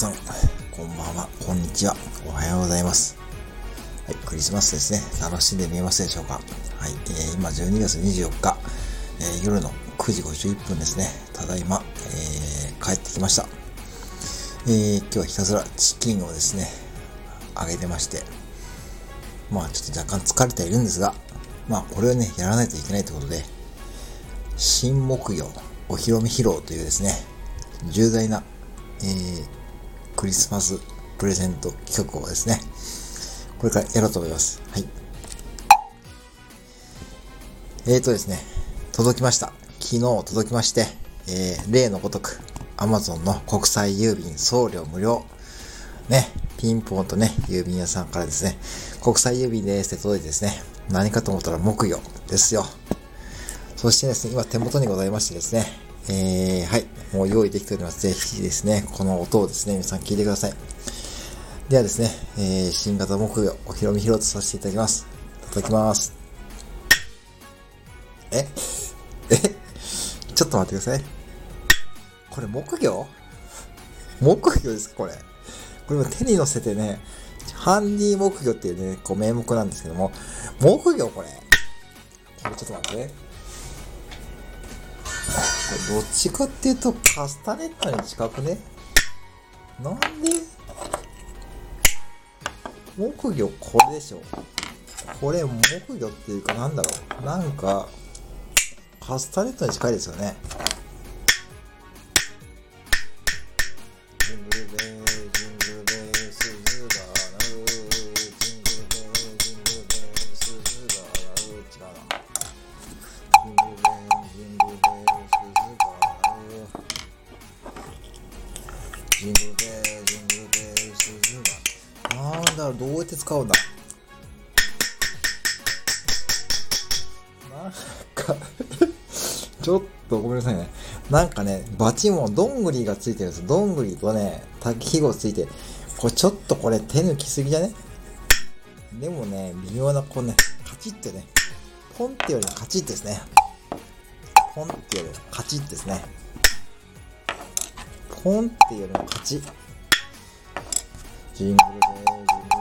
さん、こんばんは、こんにちは、おはようございます。はい、クリスマスですね。楽しんで見えますでしょうか。はい、今12月24日、夜の9時51分ですね。ただいま、帰ってきました。今日はひたすらチキンをですね、揚げてまして、まあちょっと若干疲れているんですが、まあこれをね、やらないといけないということで、新木魚お披露目披露というですね、重大な、クリスマスプレゼント企画をですね、これからやろうと思います。はい。ですね、届きました。昨日届きまして、例のごとく、Amazon の国際郵便送料無料。ね、ピンポンとね、郵便屋さんからですね、国際郵便ですって届いてですね、何かと思ったら木魚ですよ。そしてですね、今手元にございましてですね、はい、もう用意できております。ぜひですね、この音をですね、皆さん聞いてください。ではですね、新型木魚お披露目披露とさせていただきます。いただきます。ちょっと待ってください。これ木魚ですかこれ。これも手に乗せてね、ハンディ木魚っていうね、こう名目なんですけども、木魚これ。ちょっと待って。どっちかっていうとカスタネットに近くね。なんで木魚これでしょ。これ木魚っていうかなんだろう。なんかカスタネットに近いですよね。ジングルベルジングルベル鈴が鳴るジングルベルジングルベル鈴が鳴る違うな。ジングルベルジングルベル鈴が鳴るジングルベルジングルベル鈴がなんだろう、どうやって使うんだ。なんかちょっとごめんなさいね。なんかね、バチモン、どんぐりがついてるんですよ。どんぐりとね、火がついて、これちょっとこれ手抜きすぎじゃね？でもね、微妙なこうね、カチッてね、ポンってよりもカチッですね。ポンってよりもカチッですね。ポンってよりもカチッ。ジングルベルジングル